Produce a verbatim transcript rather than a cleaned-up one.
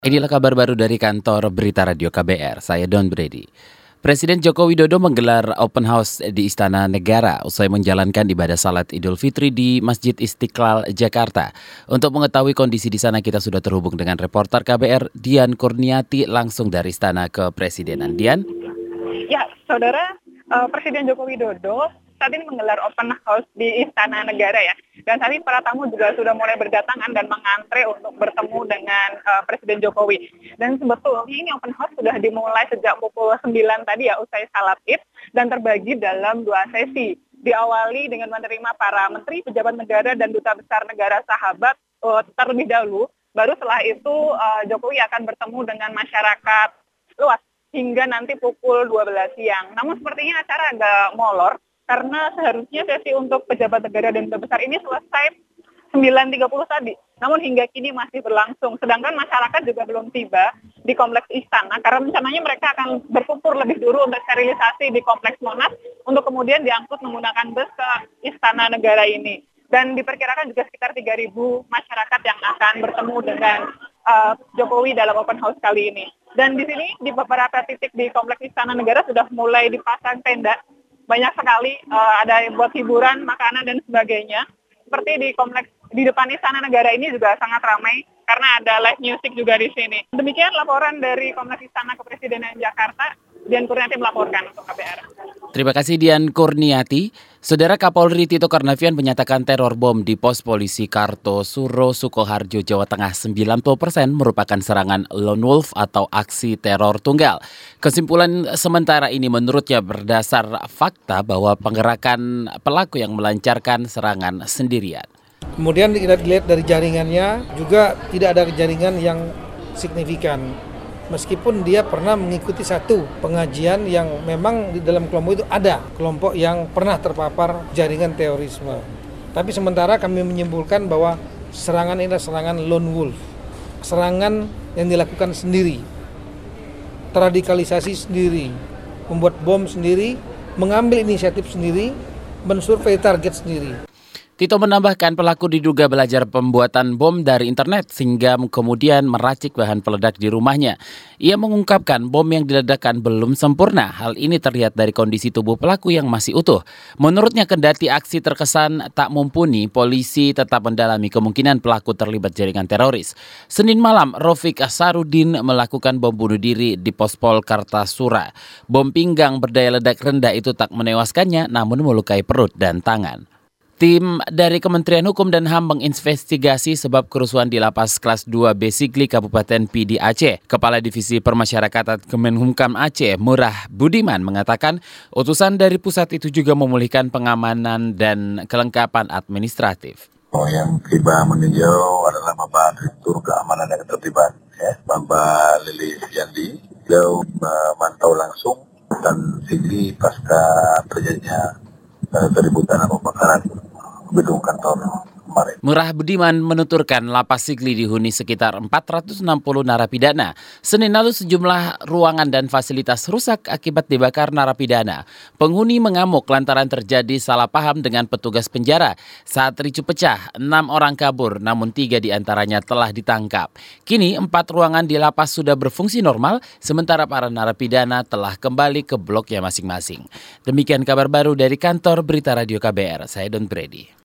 Inilah kabar baru dari kantor Berita Radio K B R, saya Don Brady. Presiden Joko Widodo menggelar open house di Istana Negara usai menjalankan ibadah salat Idul Fitri di Masjid Istiqlal, Jakarta. Untuk mengetahui kondisi di sana kita sudah terhubung dengan reporter K B R Dian Kurniati langsung dari Istana Kepresidenan. Dian? Ya, saudara, uh, Presiden Joko Widodo saat ini menggelar open house di Istana Negara ya. Dan saat ini para tamu juga sudah mulai berdatangan dan mengantre untuk bertemu dengan uh, Presiden Jokowi. Dan sebetulnya ini open house sudah dimulai sejak pukul sembilan tadi ya, usai salat Id, dan terbagi dalam dua sesi. Diawali dengan menerima para menteri, pejabat negara, dan duta besar negara sahabat uh, terlebih dahulu. Baru setelah itu uh, Jokowi akan bertemu dengan masyarakat luas hingga nanti pukul dua belas siang. Namun sepertinya acara agak molor, karena seharusnya sesi untuk pejabat negara dan duta besar ini selesai sembilan tiga puluh tadi. Namun hingga kini masih berlangsung. Sedangkan masyarakat juga belum tiba di kompleks istana karena rencananya mereka akan berkumpul lebih dulu untuk sterilisasi di kompleks Monas untuk kemudian diangkut menggunakan bus ke Istana Negara ini. Dan diperkirakan juga sekitar tiga ribu masyarakat yang akan bertemu dengan uh, Jokowi dalam open house kali ini. Dan di sini di beberapa titik di kompleks Istana Negara sudah mulai dipasang tenda. Banyak sekali, uh, ada yang buat hiburan, makanan, dan sebagainya. Seperti di kompleks di depan Istana Negara ini juga sangat ramai karena ada live music juga di sini. Demikian laporan dari Kompleks Istana Kepresidenan Jakarta. Dian Kurniati melaporkan untuk K B R. Terima kasih Dian Kurniati. Saudara Kapolri Tito Karnavian menyatakan teror bom di pos polisi Kartosuro, Sukoharjo, Jawa Tengah sembilan puluh persen merupakan serangan lone wolf atau aksi teror tunggal. Kesimpulan sementara ini menurutnya berdasar fakta bahwa penggerakan pelaku yang melancarkan serangan sendirian. Kemudian dilihat dari jaringannya juga tidak ada jaringan yang signifikan. Meskipun dia pernah mengikuti satu pengajian yang memang di dalam kelompok itu ada kelompok yang pernah terpapar jaringan terorisme. Tapi sementara kami menyimpulkan bahwa serangan ini adalah serangan lone wolf. Serangan yang dilakukan sendiri, terradikalisasi sendiri, membuat bom sendiri, mengambil inisiatif sendiri, mensurvei target sendiri. Tito menambahkan pelaku diduga belajar pembuatan bom dari internet sehingga kemudian meracik bahan peledak di rumahnya. Ia mengungkapkan bom yang diledakkan belum sempurna. Hal ini terlihat dari kondisi tubuh pelaku yang masih utuh. Menurutnya kendati aksi terkesan tak mumpuni, polisi tetap mendalami kemungkinan pelaku terlibat jaringan teroris. Senin malam, Rofik Asarudin melakukan bom bunuh diri di Pospol Kartasura. Bom pinggang berdaya ledak rendah itu tak menewaskannya namun melukai perut dan tangan. Tim dari Kementerian Hukum dan H A M menginvestigasi sebab kerusuhan di Lapas Kelas dua B Sigli Kabupaten Pidi Aceh. Kepala Divisi Permasyarakatan Kemenhumkam Aceh, Murah Budiman, mengatakan utusan dari pusat itu juga memulihkan pengamanan dan kelengkapan administratif. Oh, yang tiba meninjau adalah Bapak Direktur Keamanan dan Ketertiban, ya, Bapak Lili Yandi. Beliau memantau langsung dan Sigli pasca terjadinya uh, keributan atau pembakaran gedung kantor kemarin. Murah Budiman menuturkan Lapas Sigli dihuni sekitar empat ratus enam puluh narapidana. Senin lalu sejumlah ruangan dan fasilitas rusak akibat dibakar narapidana. Penghuni mengamuk lantaran terjadi salah paham dengan petugas penjara. Saat ricuh pecah, enam orang kabur namun tiga diantaranya telah ditangkap. Kini empat ruangan di lapas sudah berfungsi normal, sementara para narapidana telah kembali ke bloknya masing-masing. Demikian kabar baru dari kantor Berita Radio K B R, saya Don Brady.